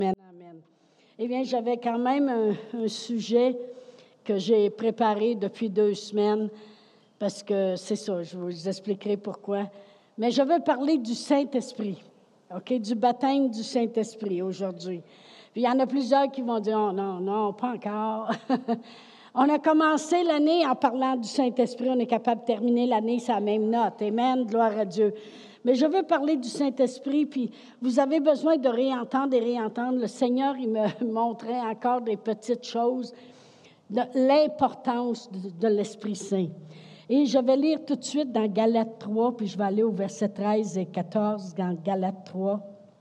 Amen, amen. Eh bien, j'avais quand même un sujet que j'ai préparé depuis 2 semaines, parce que c'est ça, je vous expliquerai pourquoi. Mais je veux parler du Saint-Esprit, OK, du baptême du Saint-Esprit aujourd'hui. Puis il y en a plusieurs qui vont dire, oh non, non, pas encore. On a commencé l'année en parlant du Saint-Esprit, on est capable de terminer l'année sur la même note. Amen, gloire à Dieu. Mais je veux parler du Saint-Esprit, puis vous avez besoin de réentendre et réentendre. Le Seigneur, il me montrait encore des petites choses, de l'importance de l'Esprit Saint. Et je vais lire tout de suite dans Galates 3, puis je vais aller au verset 13 et 14 dans Galates 3.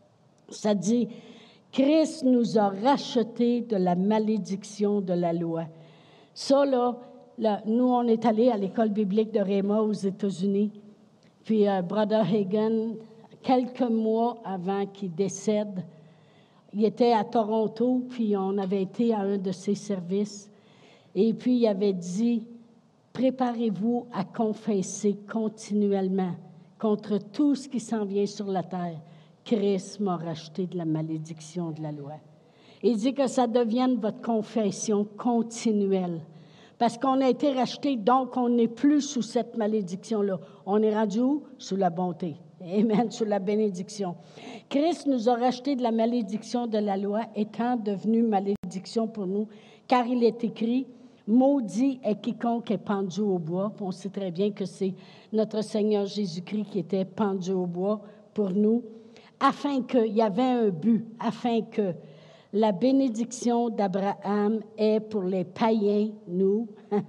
Ça dit, « Christ nous a rachetés de la malédiction de la loi. » Ça, là, nous, on est allés à l'école biblique de Rhema aux États-Unis. Puis, Brother Hagin, quelques mois avant qu'il décède, il était à Toronto, puis on avait été à un de ses services. Et puis, il avait dit, « Préparez-vous à confesser continuellement contre tout ce qui s'en vient sur la terre. Christ m'a racheté de la malédiction de la loi. » Il dit que ça devienne votre confession continuelle. Parce qu'on a été racheté, donc on n'est plus sous cette malédiction-là. On est rendu où? Sous la bonté. Amen, sous la bénédiction. Christ nous a racheté de la malédiction de la loi, étant devenu malédiction pour nous, car il est écrit, « Maudit est quiconque est pendu au bois. » On sait très bien que c'est notre Seigneur Jésus-Christ qui était pendu au bois pour nous, afin qu'il y avait un but, afin que la bénédiction d'Abraham est pour les païens, nous,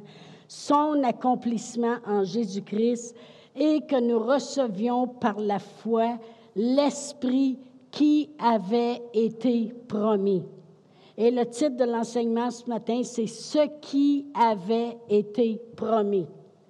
son accomplissement en Jésus-Christ, et que nous recevions par la foi l'Esprit qui avait été promis. Et le titre de l'enseignement ce matin, c'est « Ce qui avait été promis ».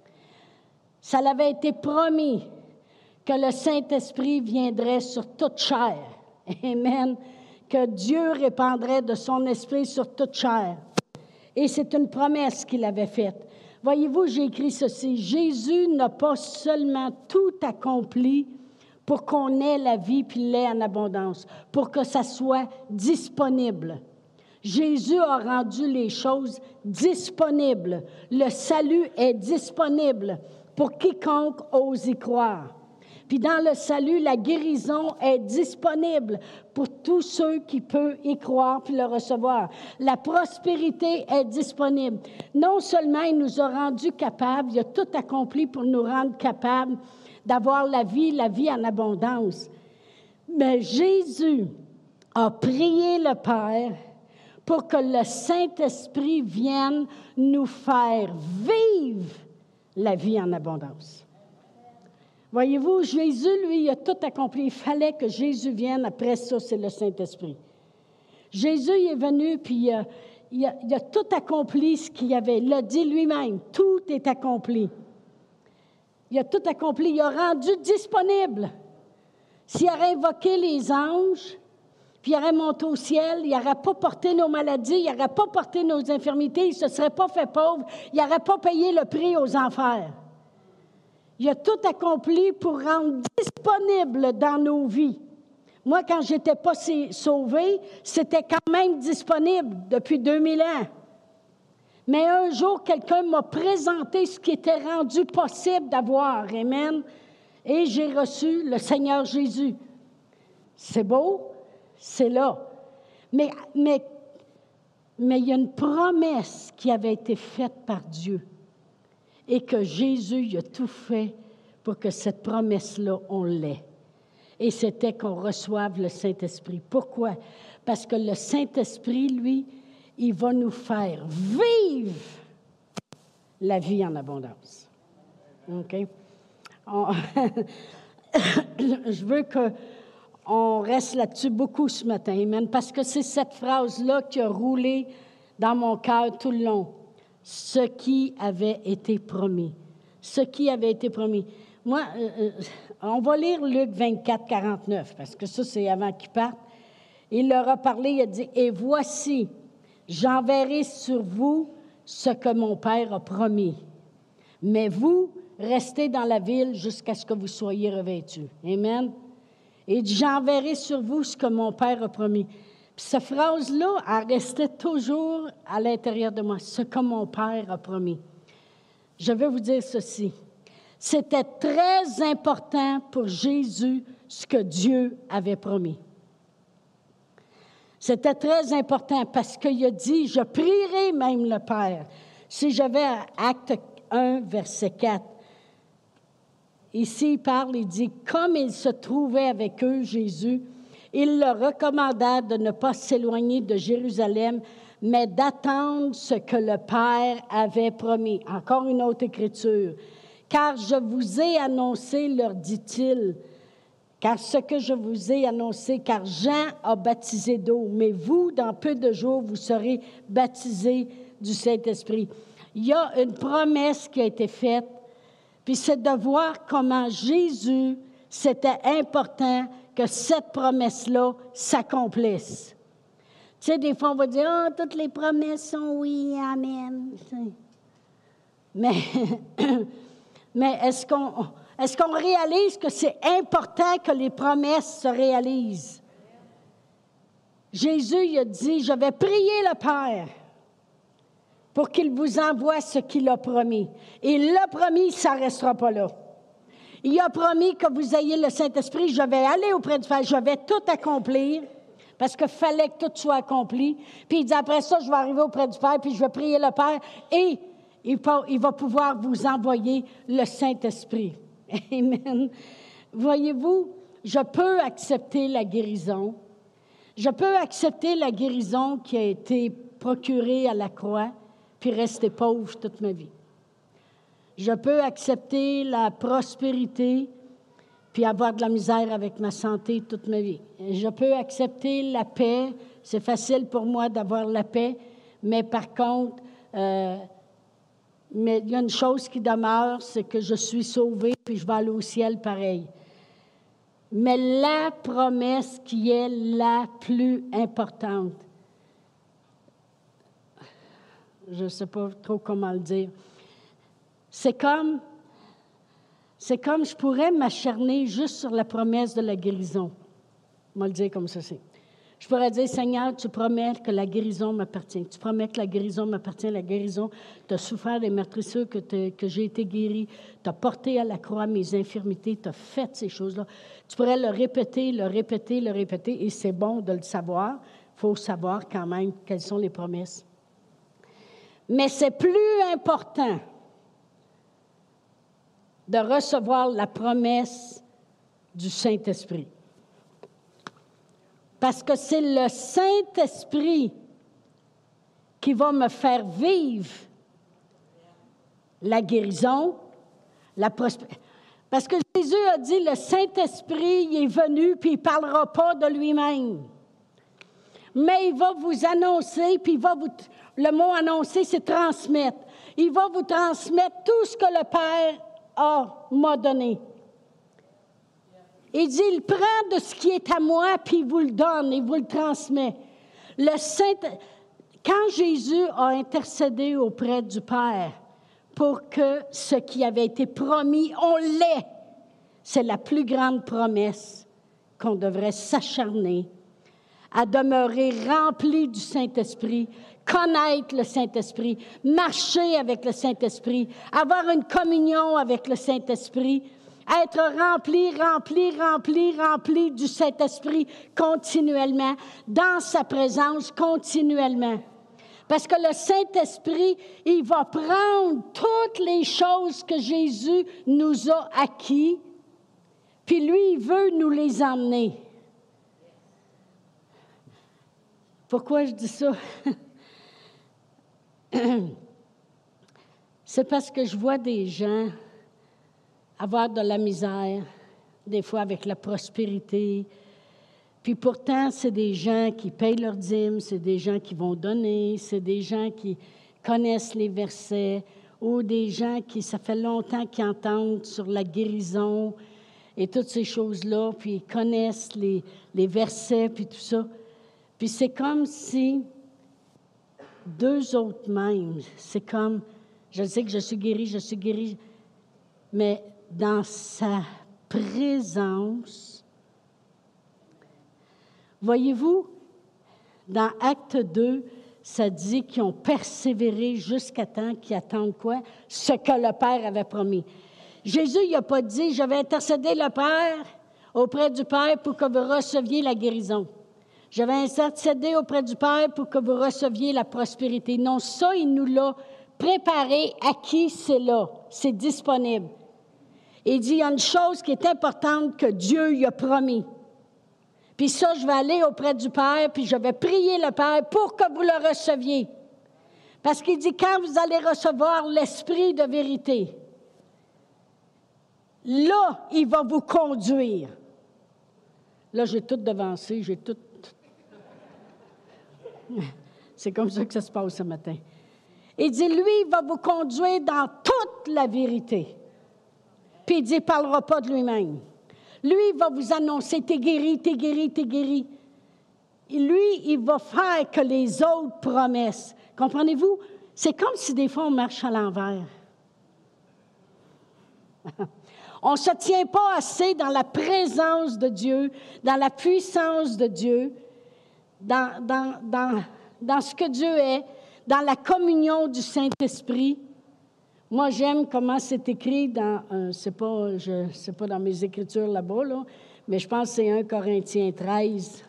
Ça l'avait été promis que le Saint-Esprit viendrait sur toute chair. Amen. Que Dieu répandrait de son esprit sur toute chair. Et c'est une promesse qu'il avait faite. Voyez-vous, j'ai écrit ceci. Jésus n'a pas seulement tout accompli pour qu'on ait la vie puis l'ait en abondance, pour que ça soit disponible. Jésus a rendu les choses disponibles. Le salut est disponible pour quiconque ose y croire. Puis dans le salut, la guérison est disponible pour tous ceux qui peuvent y croire puis le recevoir. La prospérité est disponible. Non seulement il nous a rendus capables, il a tout accompli pour nous rendre capables d'avoir la vie en abondance. Mais Jésus a prié le Père pour que le Saint-Esprit vienne nous faire vivre la vie en abondance. Voyez-vous, Jésus, lui, il a tout accompli. Il fallait que Jésus vienne. Après ça, c'est le Saint-Esprit. Jésus, il est venu, puis il a tout accompli ce qu'il y avait. Il l'a dit lui-même, tout est accompli. Il a tout accompli. Il a rendu disponible. S'il aurait invoqué les anges, puis il aurait monté au ciel, il n'aurait pas porté nos maladies, il n'aurait pas porté nos infirmités, il ne se serait pas fait pauvre, il n'aurait pas payé le prix aux enfers. Il a tout accompli pour rendre disponible dans nos vies. Moi, quand je n'étais pas sauvée, c'était quand même disponible depuis 2000 ans. Mais un jour, quelqu'un m'a présenté ce qui était rendu possible d'avoir. Amen. Et j'ai reçu le Seigneur Jésus. C'est beau, c'est là. Mais il y a une promesse qui avait été faite par Dieu. Et que Jésus il a tout fait pour que cette promesse-là, on l'ait. Et c'était qu'on reçoive le Saint-Esprit. Pourquoi? Parce que le Saint-Esprit, lui, il va nous faire vivre la vie en abondance. OK? Je veux qu'on reste là-dessus beaucoup ce matin, amen, parce que c'est cette phrase-là qui a roulé dans mon cœur tout le long. Ce qui avait été promis. Ce qui avait été promis. Moi, on va lire Luc 24, 49, parce que ça, c'est avant qu'il parte. Il leur a parlé, il a dit, « Et voici, j'enverrai sur vous ce que mon Père a promis. Mais vous, restez dans la ville jusqu'à ce que vous soyez revêtus. » Amen. Et il dit, « J'enverrai sur vous ce que mon Père a promis. » Puis cette phrase-là, elle restait toujours à l'intérieur de moi, ce que mon Père a promis. Je vais vous dire ceci. C'était très important pour Jésus ce que Dieu avait promis. C'était très important parce qu'il a dit, je prierai même le Père. Si je vais à Acte 1, verset 4, ici il parle, il dit, comme il se trouvait avec eux, Jésus, il leur recommanda de ne pas s'éloigner de Jérusalem, mais d'attendre ce que le Père avait promis. Encore une autre écriture. Car je vous ai annoncé, leur dit-il, car ce que je vous ai annoncé, car Jean a baptisé d'eau, mais vous, dans peu de jours, vous serez baptisés du Saint-Esprit. Il y a une promesse qui a été faite, puis c'est de voir comment Jésus, c'était important que cette promesse-là s'accomplisse. Tu sais, des fois, on va dire, « Ah, toutes les promesses sont oui, amen. » Mais, mais est-ce qu'on réalise que c'est important que les promesses se réalisent? Jésus, il a dit, « Je vais prier le Père pour qu'il vous envoie ce qu'il a promis. » Et il l'a promis, ça ne restera pas là. Il a promis que vous ayez le Saint-Esprit. Je vais aller auprès du Père, je vais tout accomplir, parce qu'il fallait que tout soit accompli. Puis il dit, après ça, je vais arriver auprès du Père, puis je vais prier le Père, et il va pouvoir vous envoyer le Saint-Esprit. Amen. Voyez-vous, je peux accepter la guérison. Je peux accepter la guérison qui a été procurée à la croix, puis rester pauvre toute ma vie. Je peux accepter la prospérité, puis avoir de la misère avec ma santé toute ma vie. Je peux accepter la paix. C'est facile pour moi d'avoir la paix, mais par contre, mais il y a une chose qui demeure, c'est que je suis sauvée, puis je vais aller au ciel pareil. Mais la promesse qui est la plus importante, je ne sais pas trop comment le dire, c'est comme je pourrais m'acharner juste sur la promesse de la guérison. On va le dire comme ceci. Je pourrais dire, Seigneur, tu promets que la guérison m'appartient. Tu promets que la guérison m'appartient. La guérison, tu as souffert des meurtrissures, que j'ai été guéri. Tu as porté à la croix mes infirmités. Tu as fait ces choses-là. Tu pourrais le répéter, le répéter, le répéter. Et c'est bon de le savoir. Il faut savoir quand même quelles sont les promesses. Mais c'est plus important de recevoir la promesse du Saint-Esprit. Parce que c'est le Saint-Esprit qui va me faire vivre la guérison, la prospérité. Parce que Jésus a dit, le Saint-Esprit il est venu, puis il ne parlera pas de lui-même. Mais il va vous annoncer, puis le mot annoncer, c'est transmettre. Il va vous transmettre tout ce que le Père m'a donné. Il dit, il prend de ce qui est à moi, puis il vous le donne, il vous le transmet. Quand Jésus a intercédé auprès du Père pour que ce qui avait été promis, on l'ait, c'est la plus grande promesse qu'on devrait s'acharner à demeurer rempli du Saint-Esprit, connaître le Saint-Esprit, marcher avec le Saint-Esprit, avoir une communion avec le Saint-Esprit, être rempli du Saint-Esprit continuellement, dans sa présence continuellement. Parce que le Saint-Esprit, il va prendre toutes les choses que Jésus nous a acquis, puis lui, il veut nous les emmener. Pourquoi je dis ça? C'est parce que je vois des gens avoir de la misère, des fois avec la prospérité. Puis pourtant, c'est des gens qui payent leurs dîmes, c'est des gens qui vont donner, c'est des gens qui connaissent les versets, ou des gens qui, ça fait longtemps qu'ils entendent sur la guérison et toutes ces choses-là, puis ils connaissent les versets, puis tout ça. Puis c'est comme si d'eux autres mêmes, c'est comme, je sais que je suis guéri, mais dans sa présence, voyez-vous, dans Acte 2, ça dit qu'ils ont persévéré jusqu'à temps qu'ils attendent quoi? Ce que le Père avait promis. Jésus, il n'a pas dit, je vais intercéder le Père auprès du Père pour que vous receviez la guérison. Je vais intercéder auprès du Père pour que vous receviez la prospérité. Non, ça, il nous l'a préparé. À qui c'est là? C'est disponible. Il dit, il y a une chose qui est importante que Dieu lui a promis. Puis ça, je vais aller auprès du Père, puis je vais prier le Père pour que vous le receviez. Parce qu'il dit, quand vous allez recevoir l'Esprit de vérité, là, il va vous conduire. Là, j'ai tout devancé, j'ai tout... C'est comme ça que ça se passe ce matin. Il dit, lui, il va vous conduire dans toute la vérité. Puis il dit, il ne parlera pas de lui-même. Lui, il va vous annoncer, t'es guéri, t'es guéri, t'es guéri. Et lui, il va faire que les autres promesses. Comprenez-vous? C'est comme si des fois on marche à l'envers. On ne se tient pas assez dans la présence de Dieu, dans la puissance de Dieu, dans ce que Dieu est, dans la communion du Saint-Esprit. Moi, j'aime comment c'est écrit dans, c'est pas dans mes écritures là-bas, là, mais je pense que c'est 1 Corinthiens 13.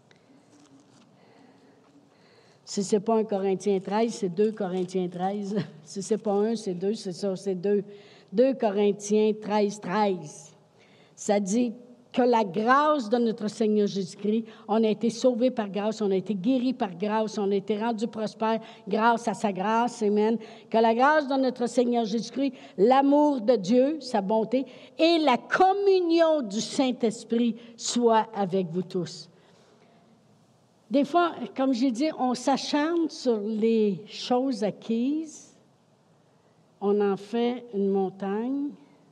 Si ce n'est pas 1 Corinthiens 13, c'est 2 Corinthiens 13. Si ce n'est pas 1, c'est 2, c'est ça, c'est 2. 2 Corinthiens 13, 13. Ça dit que la grâce de notre Seigneur Jésus-Christ, on a été sauvés par grâce, on a été guéris par grâce, on a été rendus prospères grâce à sa grâce, amen. Que la grâce de notre Seigneur Jésus-Christ, l'amour de Dieu, sa bonté, et la communion du Saint-Esprit soient avec vous tous. Des fois, comme j'ai dit, on s'acharne sur les choses acquises, on en fait une montagne.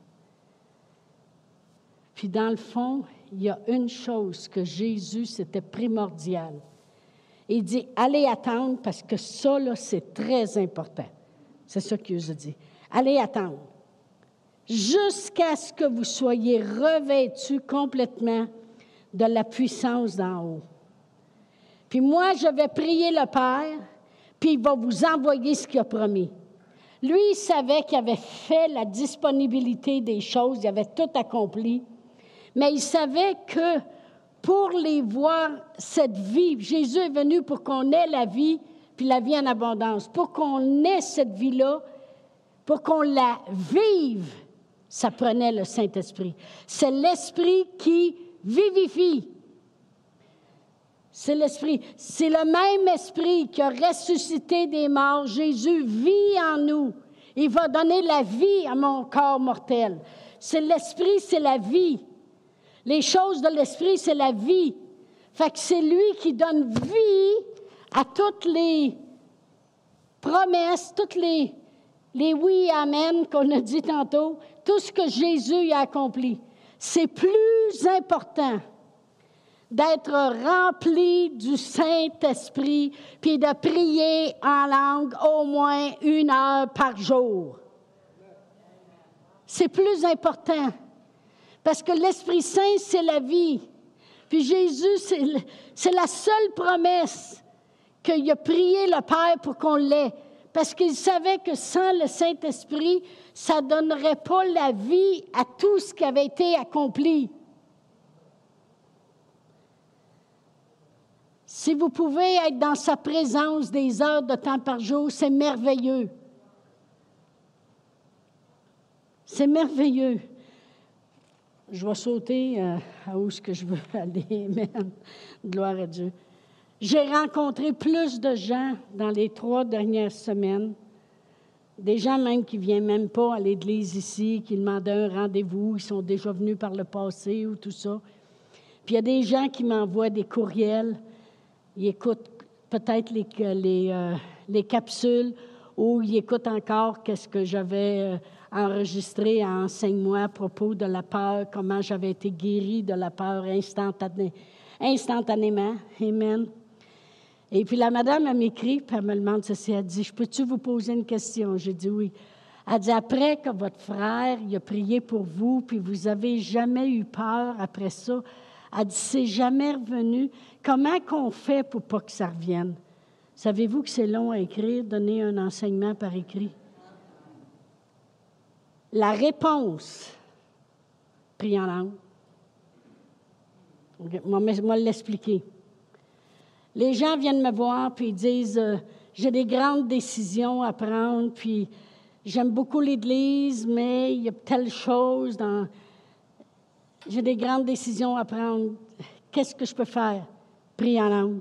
Puis dans le fond, il y a une chose que Jésus, c'était primordial. Il dit, allez attendre parce que ça, là, c'est très important. C'est ça qu'il nous a dit. Allez attendre. Jusqu'à ce que vous soyez revêtus complètement de la puissance d'en haut. Puis moi, je vais prier le Père, puis il va vous envoyer ce qu'il a promis. Lui, il savait qu'il avait fait la disponibilité des choses, il avait tout accompli. Mais il savait que pour les voir, cette vie, Jésus est venu pour qu'on ait la vie, puis la vie en abondance. Pour qu'on ait cette vie-là, pour qu'on la vive, ça prenait le Saint-Esprit. C'est l'Esprit qui vivifie. C'est l'Esprit. C'est le même Esprit qui a ressuscité des morts. Jésus vit en nous. Il va donner la vie à mon corps mortel. C'est l'Esprit, c'est la vie. Les choses de l'Esprit, c'est la vie. Fait que c'est lui qui donne vie à toutes les promesses, toutes les oui, amen qu'on a dit tantôt, tout ce que Jésus a accompli. C'est plus important d'être rempli du Saint-Esprit puis de prier en langue au moins 1 heure par jour. C'est plus important. Parce que l'Esprit Saint, c'est la vie. Puis Jésus, c'est la seule promesse qu'il a prié le Père pour qu'on l'ait. Parce qu'il savait que sans le Saint-Esprit, ça ne donnerait pas la vie à tout ce qui avait été accompli. Si vous pouvez être dans sa présence des heures de temps par jour, c'est merveilleux. C'est merveilleux. Je vais sauter à où est-ce que je veux aller. Amen. Gloire à Dieu. J'ai rencontré plus de gens dans les 3 dernières semaines, des gens même qui ne viennent même pas à l'église ici, qui demandaient un rendez-vous, ils sont déjà venus par le passé ou tout ça. Puis il y a des gens qui m'envoient des courriels, ils écoutent peut-être les capsules ou ils écoutent encore qu'est-ce que j'avais enregistré à Enseigne-moi à propos de la peur, comment j'avais été guérie de la peur instantanément. Amen. Et puis la madame, elle m'écrit, puis elle me demande ceci, elle dit, « Peux-tu vous poser une question? » J'ai dit oui. Elle dit, « Après que votre frère il a prié pour vous, puis vous n'avez jamais eu peur après ça, Elle dit, c'est jamais revenu. Comment qu'on fait pour pas que ça revienne? Savez-vous que c'est long à écrire, donner un enseignement par écrit? La réponse, prie en langue. Moi l'expliquer. Les gens viennent me voir puis ils disent, j'ai des grandes décisions à prendre, puis j'aime beaucoup l'Église, mais il y a telle chose dans... J'ai des grandes décisions à prendre. Qu'est-ce que je peux faire? Prie en langue.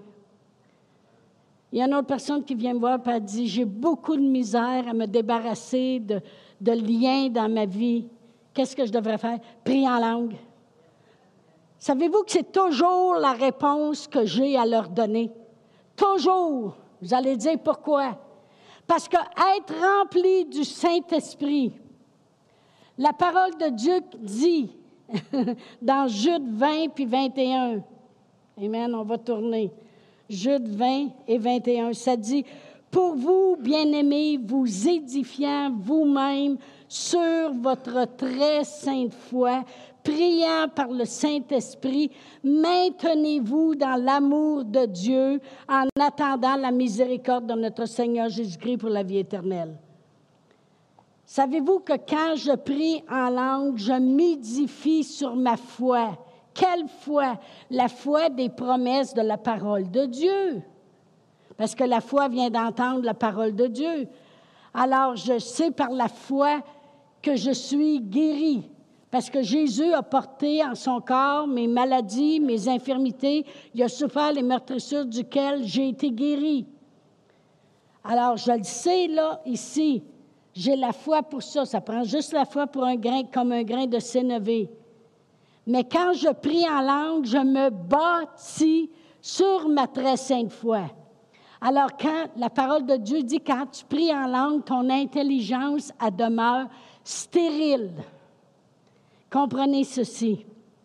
Il y a une autre personne qui vient me voir et elle dit, j'ai beaucoup de misère à me débarrasser de liens dans ma vie. Qu'est-ce que je devrais faire? Prie en langue. Savez-vous que c'est toujours la réponse que j'ai à leur donner? Toujours. Vous allez dire pourquoi? Parce que être rempli du Saint-Esprit, la parole de Dieu dit dans Jude 20 puis 21, amen, on va tourner, Jude 20 et 21, ça dit, « Pour vous, bien-aimés, vous édifiant vous-même sur votre très sainte foi, priant par le Saint-Esprit, maintenez-vous dans l'amour de Dieu en attendant la miséricorde de notre Seigneur Jésus-Christ pour la vie éternelle. » Savez-vous que quand je prie en langue, je m'édifie sur ma foi? Quelle foi? La foi des promesses de la parole de Dieu. Parce que la foi vient d'entendre la parole de Dieu. Alors, je sais par la foi que je suis guéri. Parce que Jésus a porté en son corps mes maladies, mes infirmités. Il a souffert les meurtrissures duquel j'ai été guéri. Alors, je le sais, là, ici, j'ai la foi pour ça. Ça prend juste la foi pour un grain, comme un grain de sénévé. Mais quand je prie en langue, je me bâtis sur ma très sainte foi. Alors, quand la parole de Dieu dit, quand tu pries en langue, ton intelligence, elle demeure stérile. Comprenez ceci.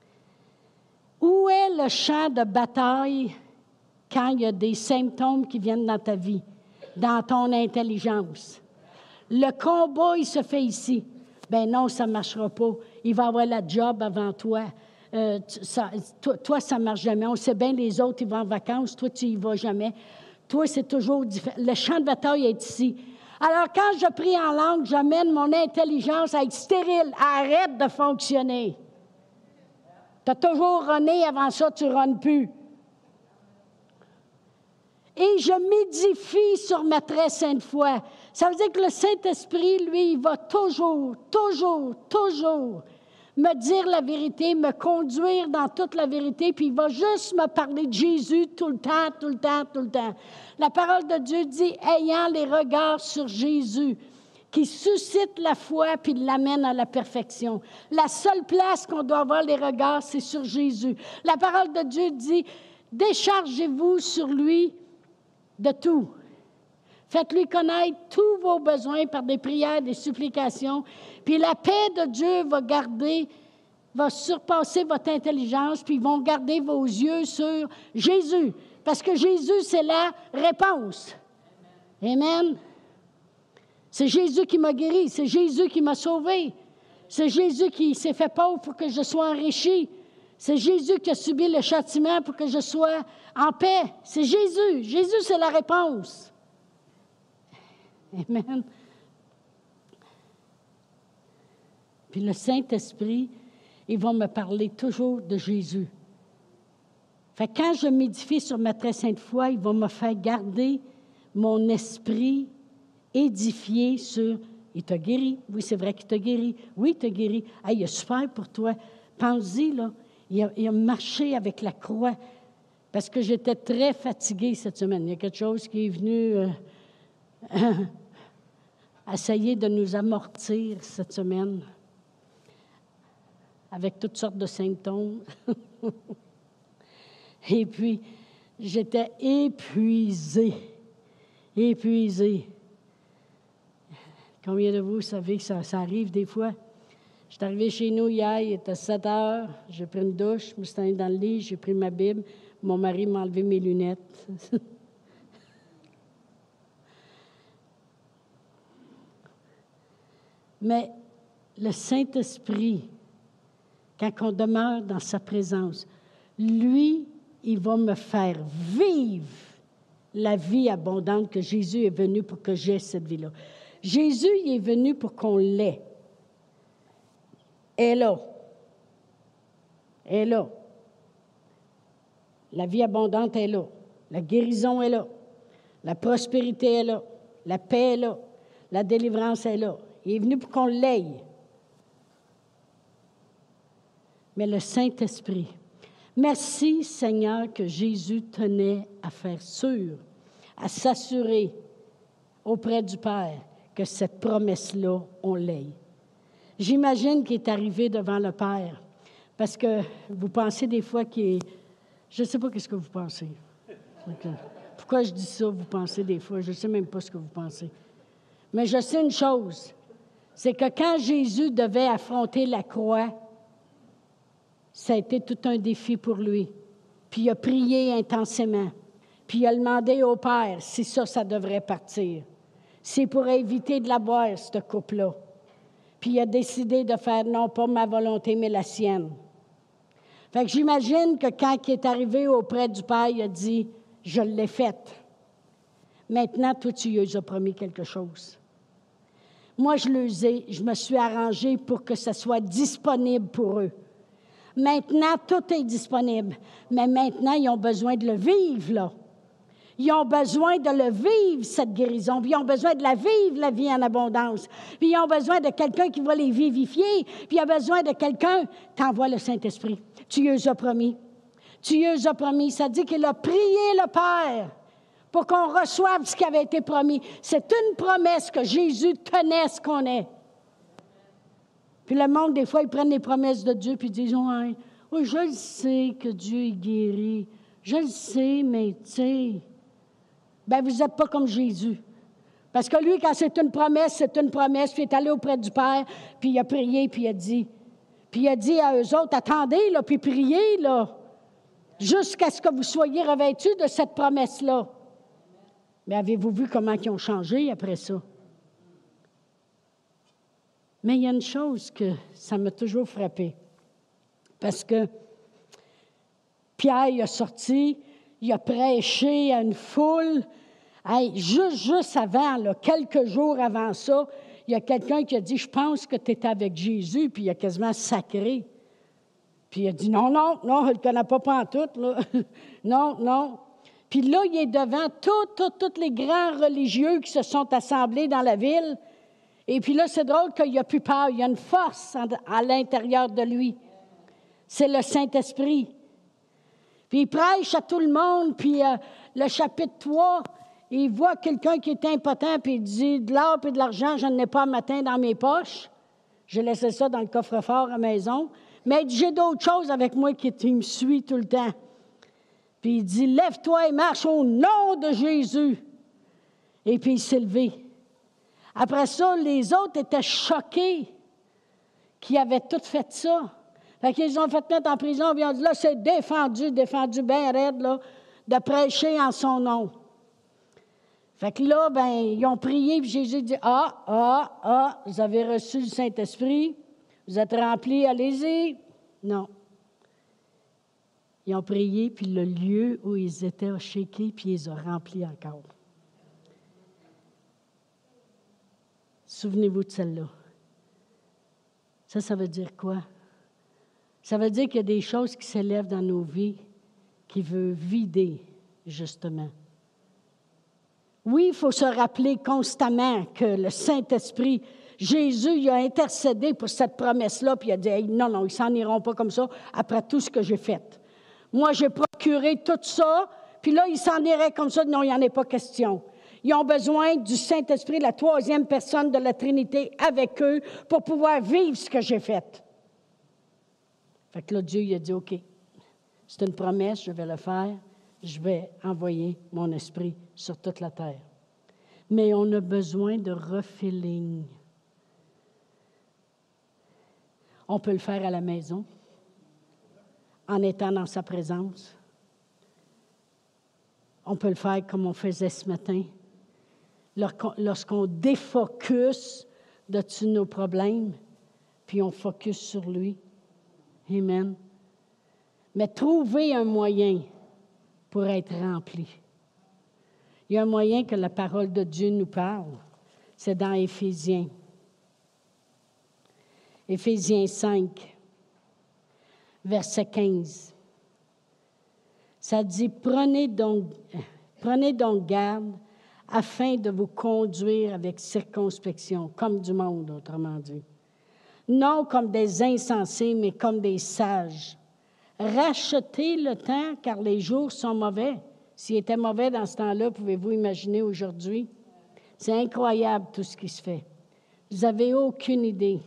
Où est le champ de bataille quand il y a des symptômes qui viennent dans ta vie, dans ton intelligence? Le combat, il se fait ici. Ben non, ça ne marchera pas. Il va avoir la job avant toi. Toi, ça ne marche jamais. On sait bien, les autres, ils vont en vacances. Toi, tu n'y vas jamais. Toi, c'est toujours différent. Le champ de bataille est ici. Alors, quand je prie en langue, j'amène mon intelligence à être stérile. Arrête de fonctionner. Tu as toujours runné, avant ça, tu ne runnes plus. Et je m'édifie sur ma très sainte foi. Ça veut dire que le Saint-Esprit, lui, il va toujours me dire la vérité, me conduire dans toute la vérité, puis il va juste me parler de Jésus tout le temps. La parole de Dieu dit, ayant les regards sur Jésus, qui suscite la foi puis l'amène à la perfection. La seule place qu'on doit avoir les regards, c'est sur Jésus. La parole de Dieu dit, déchargez-vous sur lui de tout. Faites-lui connaître tous vos besoins par des prières, des supplications. Puis la paix de Dieu va surpasser votre intelligence, puis ils vont garder vos yeux sur Jésus. Parce que Jésus, c'est la réponse. Amen. C'est Jésus qui m'a guéri. C'est Jésus qui m'a sauvé. C'est Jésus qui s'est fait pauvre pour que je sois enrichi. C'est Jésus qui a subi le châtiment pour que je sois en paix. C'est Jésus. Jésus, c'est la réponse. Amen. Puis le Saint-Esprit, il va me parler toujours de Jésus. Fait que quand je m'édifie sur ma très sainte foi, il va me faire garder mon esprit édifié sur « Il t'a guéri. Oui, c'est vrai qu'il t'a guéri. Oui, il t'a guéri. Hey, il a souffert pour toi. Pense-y, là. Il a marché avec la croix. Parce que j'étais très fatiguée cette semaine. Il y a quelque chose qui est venu essayer de nous amortir cette semaine. Avec toutes sortes de symptômes. Et puis, j'étais épuisée. Combien de vous savez que ça arrive des fois? Je suis arrivée chez nous hier, il était 7 heures, j'ai pris une douche, je me suis allée dans le lit, j'ai pris ma Bible, mon mari m'a enlevé mes lunettes. Mais le Saint-Esprit, quand on demeure dans sa présence, lui, il va me faire vivre la vie abondante que Jésus est venu pour que j'aie cette vie-là. Jésus, il est venu pour qu'on l'ait. Elle est là. Elle est là. La vie abondante est là. La guérison est là. La prospérité est là. La paix est là. La délivrance est là. Il est venu pour qu'on l'ait. Mais le Saint-Esprit, merci Seigneur que Jésus tenait à faire sûr, à s'assurer auprès du Père que cette promesse-là, on l'ait. J'imagine qu'il est arrivé devant le Père, parce que vous pensez des fois qu'il est... Je ne sais pas qu'est-ce que vous pensez. Pourquoi je dis ça, vous pensez des fois? Je ne sais même pas ce que vous pensez. Mais je sais une chose, c'est que quand Jésus devait affronter la croix, ça a été tout un défi pour lui. Puis il a prié intensément. Puis il a demandé au Père si ça devrait partir. C'est pour éviter de la boire, cette coupe-là. Puis il a décidé de faire non pas ma volonté, mais la sienne. Fait que j'imagine que quand il est arrivé auprès du Père, il a dit, je l'ai faite. Maintenant, toi, tu lui as promis quelque chose. Moi, je me suis arrangée pour que ça soit disponible pour eux. Maintenant, tout est disponible. Mais maintenant, ils ont besoin de le vivre, là. Ils ont besoin de le vivre, cette guérison. Puis ils ont besoin de la vivre, la vie en abondance. Puis ils ont besoin de quelqu'un qui va les vivifier. Puis il y a besoin de quelqu'un, t'envoies le Saint-Esprit. Tu lui as promis. Tu lui as promis. Ça dit qu'il a prié le Père pour qu'on reçoive ce qui avait été promis. C'est une promesse que Jésus tenait à ce qu'on ait. Puis le monde, des fois, ils prennent les promesses de Dieu puis ils disent, ouais, oui, je le sais que Dieu est guéri. Je le sais, mais tu sais... Bien, vous n'êtes pas comme Jésus. Parce que lui, quand c'est une promesse, puis il est allé auprès du Père, puis il a prié, puis il a dit à eux autres, attendez, là, puis priez, là, jusqu'à ce que vous soyez revêtus de cette promesse-là. Mais avez-vous vu comment ils ont changé après ça? Mais il y a une chose que ça m'a toujours frappé. Parce que Pierre, il a sorti, il a prêché à une foule. Hey, juste avant, là, quelques jours avant ça, il y a quelqu'un qui a dit, je pense que tu étais avec Jésus, puis il a quasiment sacré. Puis il a dit, non, je ne le connais pas pantoute, là. Non. Puis là, il est devant tous les grands religieux qui se sont assemblés dans la ville. Et puis là, c'est drôle qu'il n'a plus peur. Il y a une force à l'intérieur de lui. C'est le Saint-Esprit. Puis il prêche à tout le monde, puis le chapitre 3, il voit quelqu'un qui est impotent, puis il dit, de l'or et de l'argent, je n'en ai pas un matin dans mes poches. J'ai laissé ça dans le coffre-fort à la maison. Mais il dit, j'ai d'autres choses avec moi qui me suit tout le temps. Puis il dit, lève-toi et marche au nom de Jésus. Et puis il s'est levé. Après ça, les autres étaient choqués qu'ils avaient tout fait ça. Fait qu'ils ont fait mettre en prison, puis ils ont dit, là, c'est défendu bien raide, là, de prêcher en son nom. Fait que là, ben, ils ont prié, puis Jésus dit, vous avez reçu le Saint-Esprit, vous êtes remplis, allez-y. Non. Ils ont prié, puis le lieu où ils étaient a shaké, puis ils les ont remplis encore. Souvenez-vous de celle-là. Ça veut dire quoi? Ça veut dire qu'il y a des choses qui s'élèvent dans nos vies qui veulent vider, justement. Oui, il faut se rappeler constamment que le Saint-Esprit, Jésus, il a intercédé pour cette promesse-là, puis il a dit, hey, non, ils ne s'en iront pas comme ça après tout ce que j'ai fait. Moi, j'ai procuré tout ça, puis là, ils s'en iraient comme ça. Non, il n'y en a pas question. Ils ont besoin du Saint-Esprit, la troisième personne de la Trinité, avec eux pour pouvoir vivre ce que j'ai fait. Fait que là, Dieu, il a dit, OK, c'est une promesse, je vais le faire. Je vais envoyer mon esprit sur toute la terre. Mais on a besoin de refilling. On peut le faire à la maison, en étant dans sa présence. On peut le faire comme on faisait ce matin, lorsqu'on défocus de tous nos problèmes, puis on focus sur lui. Amen. Mais trouvez un moyen pour être rempli. Il y a un moyen que la parole de Dieu nous parle. C'est dans Éphésiens. Éphésiens 5, verset 15. Ça dit, prenez donc garde afin de vous conduire avec circonspection, comme du monde, autrement dit. Non comme des insensés, mais comme des sages. Rachetez le temps, car les jours sont mauvais. S'il était mauvais dans ce temps-là, pouvez-vous imaginer aujourd'hui? C'est incroyable tout ce qui se fait. Vous n'avez aucune idée.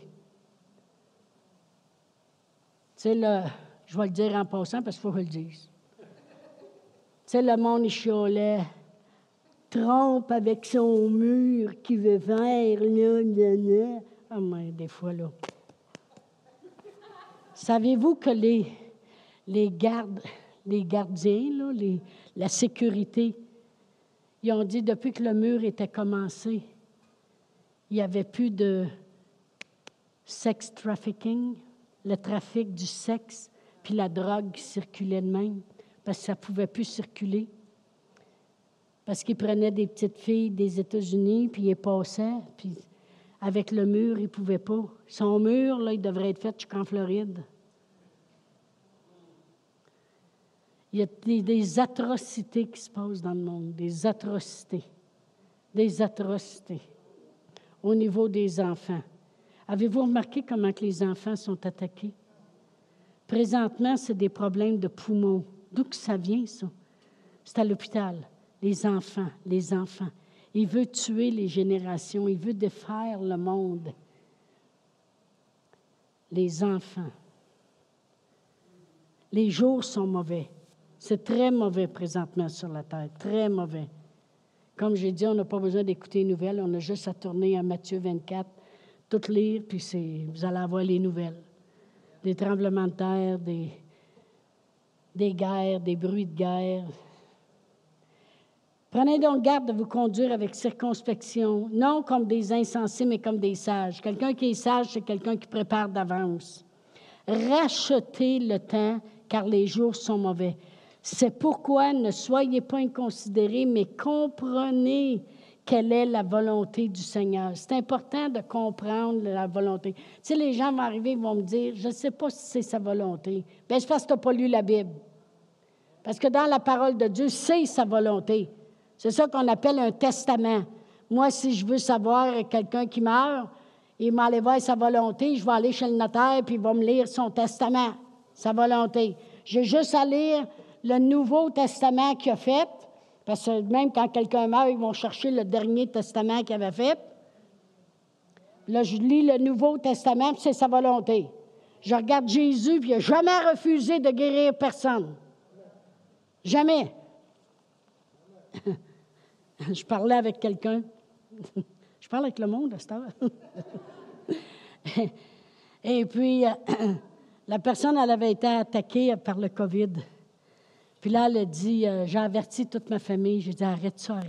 Tu sais, je vais le dire en passant parce qu'il faut que je le dise. Tu sais, le monde, il chiolait. Trompe avec son mur qui veut faire, là. Ah, mais des fois, là. Savez-vous que les gardiens, là, la sécurité, ils ont dit depuis que le mur était commencé, il n'y avait plus de sex trafficking, le trafic du sexe, puis la drogue qui circulait de même, parce que ça ne pouvait plus circuler. Parce qu'ils prenaient des petites filles des États-Unis, puis ils passaient, puis avec le mur, ils ne pouvaient pas. Son mur, là, il devrait être fait jusqu'en Floride. Il y a des atrocités qui se passent dans le monde, des atrocités au niveau des enfants. Avez-vous remarqué comment que les enfants sont attaqués? Présentement, c'est des problèmes de poumons. D'où que ça vient, ça? C'est à l'hôpital. Les enfants. Il veut tuer les générations. Il veut défaire le monde. Les enfants. Les jours sont mauvais. C'est très mauvais présentement sur la terre. Très mauvais. Comme j'ai dit, on n'a pas besoin d'écouter les nouvelles. On a juste à tourner à Matthieu 24, tout lire, puis vous allez avoir les nouvelles. Des tremblements de terre, des guerres, des bruits de guerre. Prenez donc garde de vous conduire avec circonspection, non comme des insensés, mais comme des sages. Quelqu'un qui est sage, c'est quelqu'un qui prépare d'avance. Rachetez le temps, car les jours sont mauvais. C'est pourquoi ne soyez pas inconsidérés, mais comprenez quelle est la volonté du Seigneur. C'est important de comprendre la volonté. Tu sais, les gens vont arriver, ils vont me dire, je ne sais pas si c'est sa volonté. Bien, c'est parce que tu n'as pas lu la Bible. Parce que dans la parole de Dieu, c'est sa volonté. C'est ça qu'on appelle un testament. Moi, si je veux savoir quelqu'un qui meurt, il m'a allé voir sa volonté, je vais aller chez le notaire, puis il va me lire son testament, sa volonté. J'ai juste à lire le Nouveau Testament qu'il a fait, parce que même quand quelqu'un meurt, ils vont chercher le dernier testament qu'il avait fait. Là, je lis le Nouveau Testament, puis c'est sa volonté. Je regarde Jésus, puis il n'a jamais refusé de guérir personne. Jamais. Je parlais avec quelqu'un. Je parle avec le monde à cette heure. Et puis, la personne, elle avait été attaquée par le COVID. Puis là, elle a dit, j'ai averti toute ma famille. J'ai dit, arrête ça.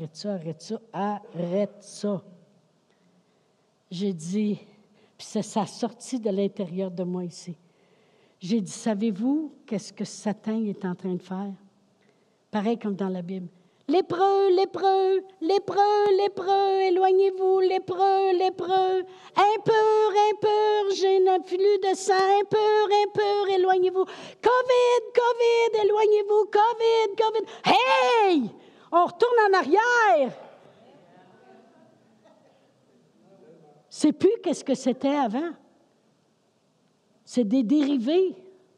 J'ai dit, puis ça a sorti de l'intérieur de moi ici. J'ai dit, savez-vous qu'est-ce que Satan est en train de faire? Pareil comme dans la Bible. Lépreux, éloignez-vous, lépreux, impur, j'ai un flux de sang, impur, éloignez-vous. COVID, éloignez-vous, COVID. Hey! On retourne en arrière. C'est plus qu'est-ce que c'était avant. C'est des dérivés.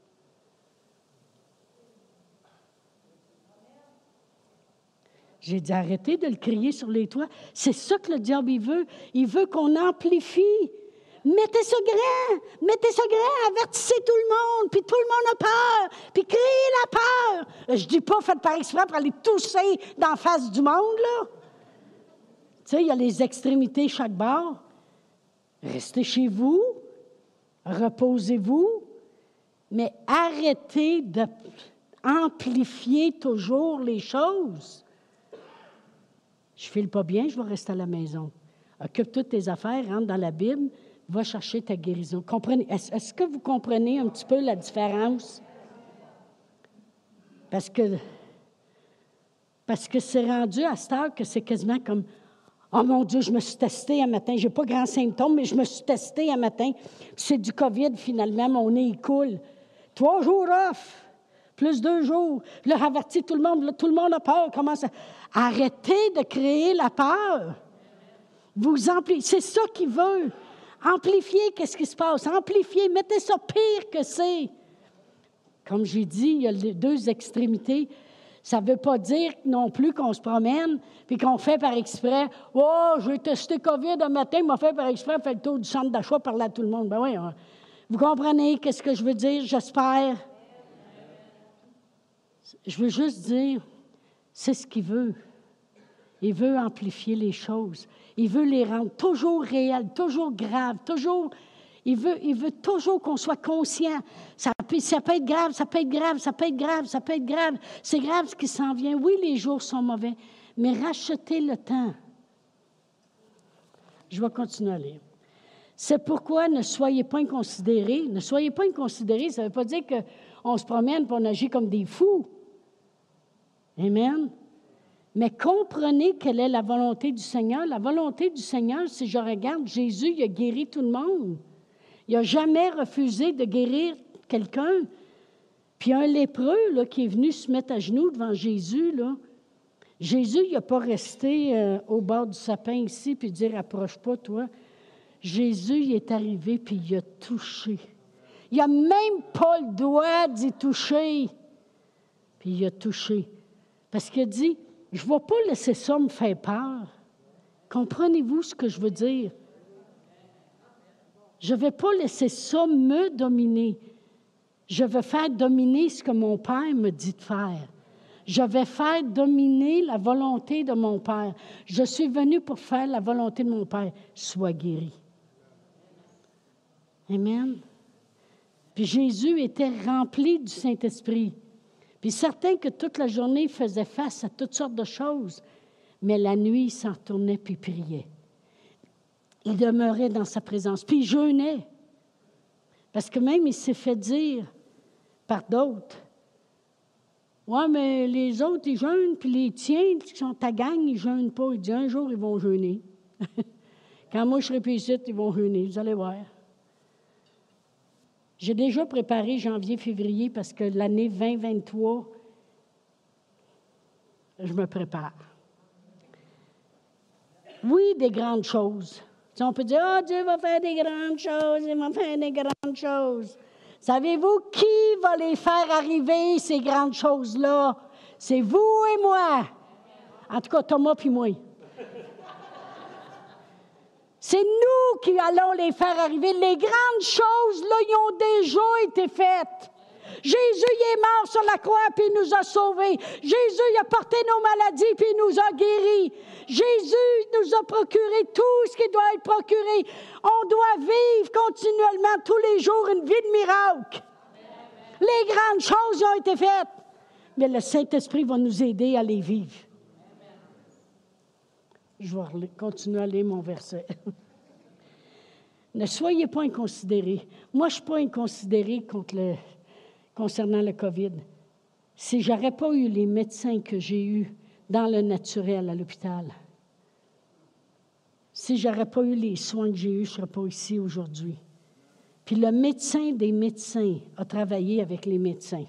J'ai dit, arrêtez de le crier sur les toits. C'est ça que le diable, il veut. Il veut qu'on amplifie. Mettez ça grand, avertissez tout le monde, puis tout le monde a peur, puis criez la peur. Je dis pas, faites par exprès pour aller tousser d'en face du monde, là. Tu sais, il y a les extrémités chaque bord. Restez chez vous, reposez-vous, mais arrêtez d'amplifier toujours les choses. Je ne file pas bien, je vais rester à la maison. Occupe toutes tes affaires, rentre dans la Bible, va chercher ta guérison. Comprenez, est-ce que vous comprenez un petit peu la différence? Parce que c'est rendu à cette heure que c'est quasiment comme « Oh mon Dieu, je me suis testée un matin. Je n'ai pas grand symptômes, mais je me suis testée un matin. C'est du COVID, finalement. Mon nez, il coule. 3 jours off, plus 2 jours. Là, averti tout le monde. Là, tout le monde a peur. Arrêtez de créer la peur. C'est ça qu'il veut. Amplifiez qu'est-ce qui se passe. Amplifiez. Mettez ça pire que c'est. Comme j'ai dit, il y a les 2 extrémités. Ça ne veut pas dire non plus qu'on se promène puis qu'on fait par exprès. « Oh, j'ai testé COVID un matin, il m'a fait par exprès, fait le tour du centre d'achat, parler à tout le monde. » Ben oui, vous comprenez qu'est-ce que je veux dire, j'espère. Je veux juste dire, c'est ce qu'il veut. Il veut amplifier les choses. Il veut les rendre toujours réelles, toujours graves, toujours... Il veut toujours qu'on soit conscient. Ça peut être grave, ça peut être grave, ça peut être grave, ça peut être grave. C'est grave ce qui s'en vient. Oui, les jours sont mauvais, mais rachetez le temps. Je vais continuer à lire. C'est pourquoi ne soyez pas inconsidérés. Ne soyez pas inconsidérés, ça ne veut pas dire qu'on se promène et on agit comme des fous. Amen. Mais comprenez quelle est la volonté du Seigneur. La volonté du Seigneur, si je regarde, Jésus, il a guéri tout le monde. Il n'a jamais refusé de guérir quelqu'un. Puis un lépreux là, qui est venu se mettre à genoux devant Jésus, là, Jésus, il n'a pas resté au bord du sapin ici puis dire « Approche pas, toi ». Jésus, il est arrivé puis il a touché. Il n'a même pas le droit d'y toucher. Puis il a touché. Parce qu'il a dit « Je ne vais pas laisser ça me faire peur. » Comprenez-vous ce que je veux dire? Je ne vais pas laisser ça me dominer. Je veux faire dominer ce que mon Père me dit de faire. Je vais faire dominer la volonté de mon Père. Je suis venu pour faire la volonté de mon Père. Sois guéri. Amen. Puis Jésus était rempli du Saint-Esprit. Puis certain que toute la journée, il faisait face à toutes sortes de choses. Mais la nuit, il s'en retournait puis il priait. Il demeurait dans sa présence. Puis il jeûnait. Parce que même, il s'est fait dire par d'autres, « Ouais, mais les autres, ils jeûnent, puis les tiens, qui sont ta gang, ils ne jeûnent pas. » Il dit, « Un jour, ils vont jeûner. Quand moi, je serai plus ici, ils vont jeûner. Vous allez voir. » J'ai déjà préparé janvier, février, parce que l'année 2023, je me prépare. Oui, des grandes choses. Si on peut dire, « Ah, Dieu va faire des grandes choses, il va faire des grandes choses. » Savez-vous qui va les faire arriver, ces grandes choses-là? C'est vous et moi. En tout cas, Thomas puis moi. C'est nous qui allons les faire arriver. Les grandes choses, là, ils ont déjà été faites. Jésus, il est mort sur la croix, puis il nous a sauvés. Jésus, il a porté nos maladies, puis il nous a guéris. Jésus nous a procuré tout ce qui doit être procuré. On doit vivre continuellement, tous les jours, une vie de miracle. Les grandes choses ont été faites. Mais le Saint-Esprit va nous aider à les vivre. Je vais continuer à lire mon verset. Ne soyez pas inconsidérés. Moi, je ne suis pas inconsidérée concernant le COVID. Si je n'aurais pas eu les médecins que j'ai eus dans le naturel à l'hôpital, si je n'aurais pas eu les soins que j'ai eus, je ne serais pas ici aujourd'hui. Puis le médecin des médecins a travaillé avec les médecins.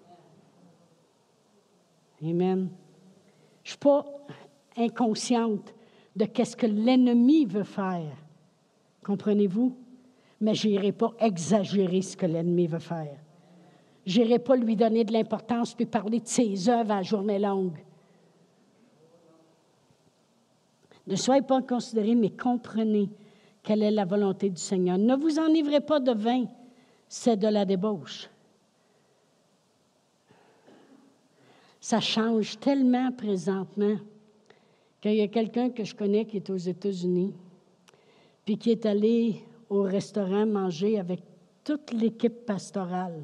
Amen. Je ne suis pas inconsciente de qu'est-ce que l'ennemi veut faire. Comprenez-vous? Mais je n'irai pas exagérer ce que l'ennemi veut faire. Je n'irai pas lui donner de l'importance puis parler de ses œuvres à la journée longue. Ne soyez pas considérés, mais comprenez quelle est la volonté du Seigneur. Ne vous enivrez pas de vin, c'est de la débauche. Ça change tellement présentement qu'il y a quelqu'un que je connais qui est aux États-Unis, puis qui est allé au restaurant manger avec toute l'équipe pastorale.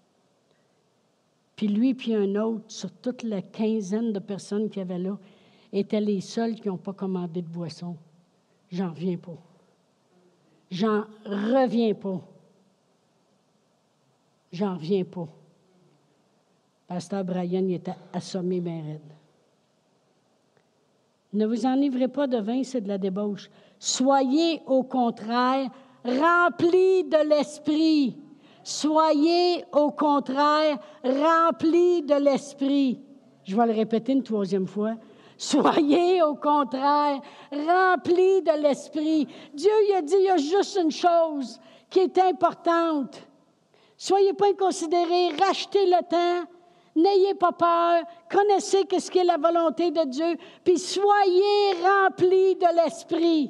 Puis lui, puis un autre, sur toute la quinzaine de personnes qu'il y avait là, étaient les seuls qui n'ont pas commandé de boisson. J'en reviens pas. J'en reviens pas. J'en reviens pas. Pasteur Brian, il était assommé bien raide. Ne vous enivrez pas de vin, c'est de la débauche. Soyez au contraire remplis de l'Esprit. Soyez au contraire remplis de l'Esprit. Je vais le répéter une troisième fois. Soyez au contraire remplis de l'Esprit. Dieu il a dit, il y a juste une chose qui est importante. Soyez pas inconsidérés, rachetez le temps. N'ayez pas peur, connaissez ce qu'est la volonté de Dieu, puis soyez remplis de l'Esprit.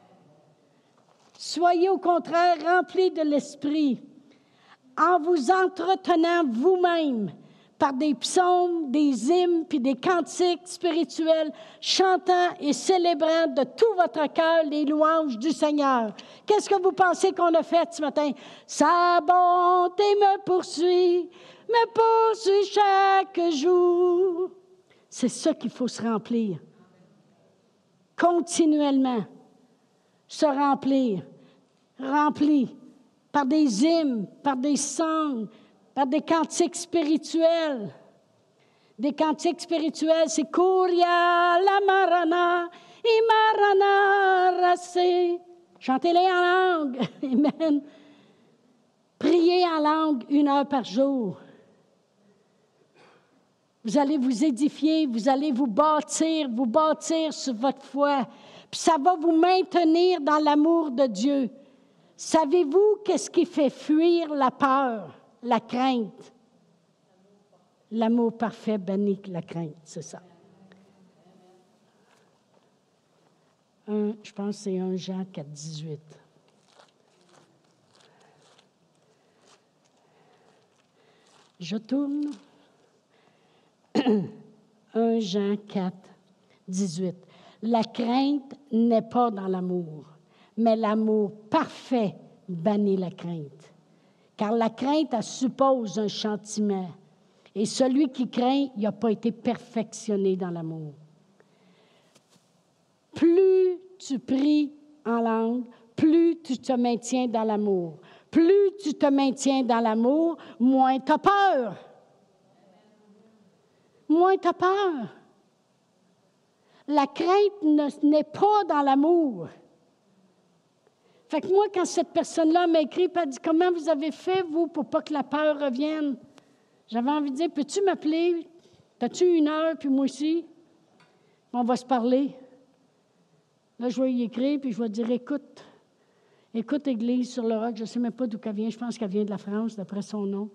Soyez au contraire remplis de l'Esprit, en vous entretenant vous-même par des psaumes, des hymnes, puis des cantiques spirituels, chantant et célébrant de tout votre cœur les louanges du Seigneur. Qu'est-ce que vous pensez qu'on a fait ce matin? Sa bonté me poursuit chaque jour. C'est ça qu'il faut se remplir. Continuellement. Se remplir. Rempli par des hymnes, par des songs, par des cantiques spirituels. Des cantiques spirituels, c'est Kuria, la marana, imarana, racé. Chantez-les en langue. Amen. Priez en langue 1 heure par jour. Vous allez vous édifier, vous allez vous bâtir sur votre foi. Puis ça va vous maintenir dans l'amour de Dieu. Savez-vous qu'est-ce qui fait fuir la peur, la crainte? L'amour parfait bannit la crainte, c'est ça. Je pense que c'est 1 Jean 4, 18. Je tourne. 1 Jean 4, 18. La crainte n'est pas dans l'amour, mais l'amour parfait bannit la crainte. Car la crainte, elle suppose un châtiment. Et celui qui craint, il n'a pas été perfectionné dans l'amour. Plus tu pries en langue, plus tu te maintiens dans l'amour. Plus tu te maintiens dans l'amour, moins tu as peur. Moins tu as peur. La crainte n'est pas dans l'amour. Fait que moi, quand cette personne-là m'a écrit, elle dit, comment vous avez fait, vous, pour pas que la peur revienne? J'avais envie de dire, peux-tu m'appeler? T'as-tu 1 heure, puis moi aussi? On va se parler. Là, je vais y écrire, puis je vais dire, écoute, Église sur le roc, je ne sais même pas d'où elle vient, je pense qu'elle vient de la France, d'après son nom.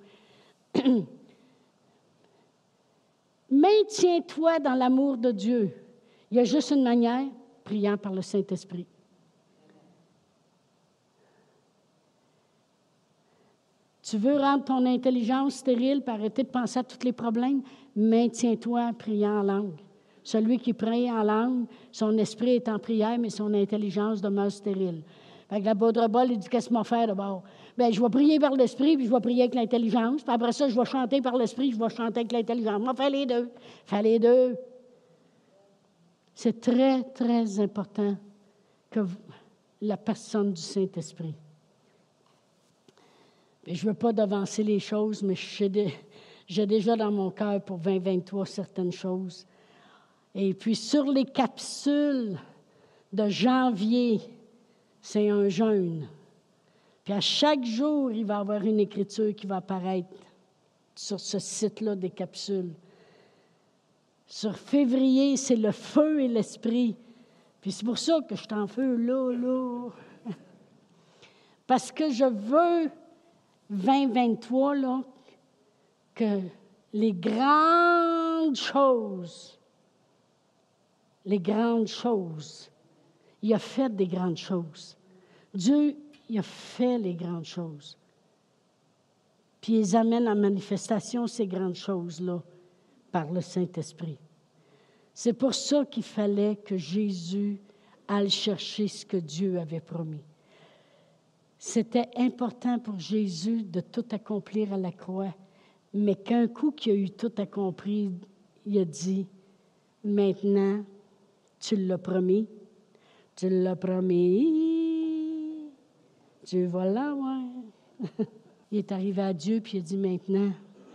Maintiens-toi dans l'amour de Dieu. Il y a juste une manière, priant par le Saint-Esprit. Tu veux rendre ton intelligence stérile pour arrêter de penser à tous les problèmes? Maintiens-toi en priant en langue. Celui qui prie en langue, son esprit est en prière, mais son intelligence demeure stérile. Fait que la baudrebole, il dit, qu'est-ce que je vais faire d'abord? Bien, je vais prier par l'esprit, puis je vais prier avec l'intelligence. Puis après ça, je vais chanter par l'esprit, je vais chanter avec l'intelligence. On va faire les deux. Faire les deux. C'est très, très important que la personne du Saint-Esprit. Et je ne veux pas devancer les choses, mais j'ai déjà dans mon cœur pour 2023 certaines choses. Et puis sur les capsules de janvier, c'est un jeûne. Puis à chaque jour, il va y avoir une écriture qui va apparaître sur ce site-là des capsules. Sur février, c'est le feu et l'esprit. Puis c'est pour ça que je suis en feu là. Parce que je veux 2023, là, que les grandes choses, il a fait des grandes choses. Dieu, il a fait les grandes choses. Puis ils amènent en manifestation ces grandes choses-là par le Saint-Esprit. C'est pour ça qu'il fallait que Jésus aille chercher ce que Dieu avait promis. C'était important pour Jésus de tout accomplir à la croix, mais qu'un coup qu'il a eu tout accompli, il a dit, maintenant, tu l'as promis, tu vas l'avoir. Il est arrivé à Dieu, puis il a dit, maintenant,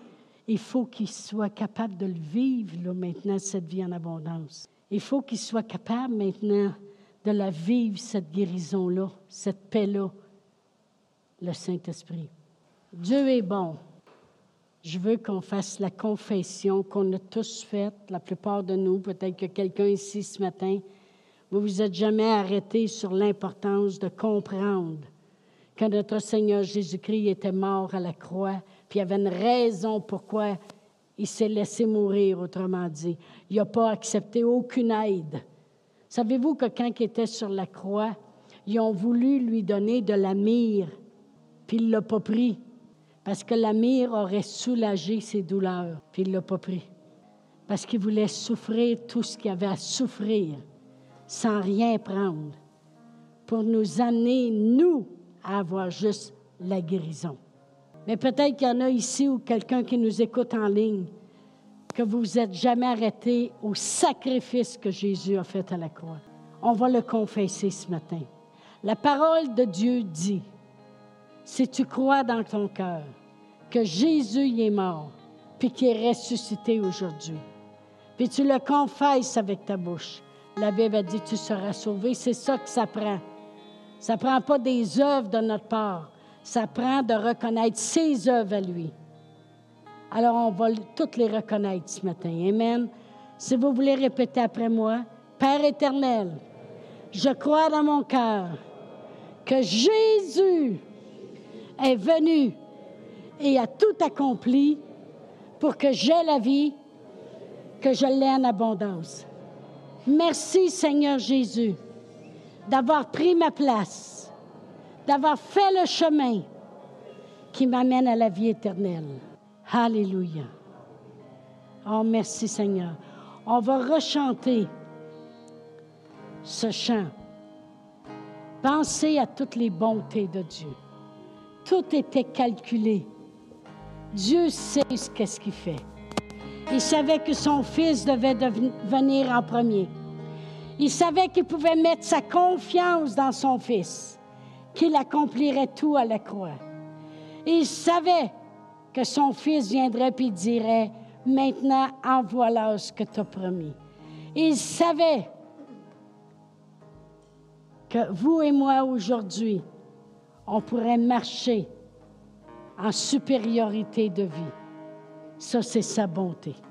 il faut qu'il soit capable de le vivre, là, maintenant, cette vie en abondance. Il faut qu'il soit capable maintenant de la vivre, cette guérison-là, cette paix-là, le Saint-Esprit. Dieu est bon. Je veux qu'on fasse la confession qu'on a tous faite, la plupart de nous, peut-être que quelqu'un ici ce matin, vous vous êtes jamais arrêté sur l'importance de comprendre que notre Seigneur Jésus-Christ était mort à la croix, puis il y avait une raison pourquoi il s'est laissé mourir, autrement dit. Il n'a pas accepté aucune aide. Savez-vous que quand il était sur la croix, ils ont voulu lui donner de la myrrhe, puis il ne l'a pas pris, parce que la myrrhe aurait soulagé ses douleurs, puis il ne l'a pas pris, parce qu'il voulait souffrir tout ce qu'il avait à souffrir, sans rien prendre, pour nous amener, nous, à avoir juste la guérison. Mais peut-être qu'il y en a ici ou quelqu'un qui nous écoute en ligne, que vous vous êtes jamais arrêté au sacrifice que Jésus a fait à la croix. On va le confesser ce matin. La parole de Dieu dit, si tu crois dans ton cœur que Jésus y est mort, puis qu'il est ressuscité aujourd'hui, puis tu le confesses avec ta bouche, la Bible a dit, tu seras sauvé. C'est ça que ça prend. Ça ne prend pas des œuvres de notre part. Ça prend de reconnaître ses œuvres à lui. Alors, on va toutes les reconnaître ce matin. Amen. Si vous voulez répéter après moi, Père éternel, je crois dans mon cœur que Jésus est venu et a tout accompli pour que j'aie la vie, que je l'ai en abondance. Merci, Seigneur Jésus, d'avoir pris ma place, d'avoir fait le chemin qui m'amène à la vie éternelle. Alléluia. Oh, merci, Seigneur. On va rechanter ce chant. Pensez à toutes les bontés de Dieu. Tout était calculé. Dieu sait qu'est-ce qu'il fait. Il savait que son fils devait venir en premier. Il savait qu'il pouvait mettre sa confiance dans son fils, qu'il accomplirait tout à la croix. Il savait que son fils viendrait et dirait, « Maintenant, en voilà ce que tu as promis. » Il savait que vous et moi, aujourd'hui, on pourrait marcher en supériorité de vie. Ça, c'est sa bonté.